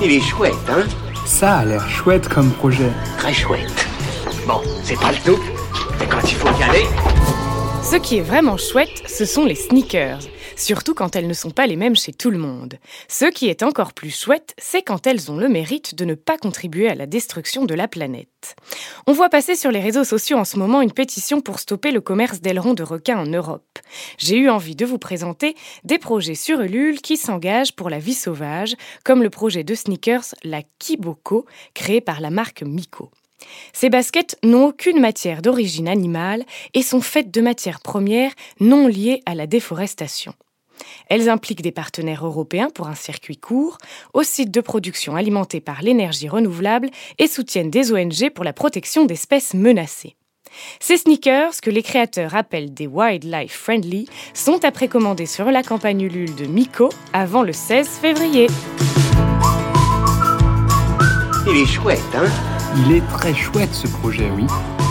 Il est chouette, hein? Ça a l'air chouette comme projet. Très chouette. Bon, c'est pas le tout, mais quand il faut y aller... Ce qui est vraiment chouette, ce sont les sneakers. Surtout quand elles ne sont pas les mêmes chez tout le monde. Ce qui est encore plus chouette, c'est quand elles ont le mérite de ne pas contribuer à la destruction de la planète. On voit passer sur les réseaux sociaux en ce moment une pétition pour stopper le commerce d'ailerons de requins en Europe. J'ai eu envie de vous présenter des projets sur Ulule qui s'engagent pour la vie sauvage, comme le projet de sneakers La Kiboko, créé par la marque Miko. Ces baskets n'ont aucune matière d'origine animale et sont faites de matières premières non liées à la déforestation. Elles impliquent des partenaires européens pour un circuit court, au site de production alimenté par l'énergie renouvelable et soutiennent des ONG pour la protection d'espèces menacées. Ces sneakers, que les créateurs appellent des wildlife friendly, sont à précommander sur la campagne Ulule de Miko avant le 16 février. Il est chouette, hein? Il est très chouette ce projet, oui.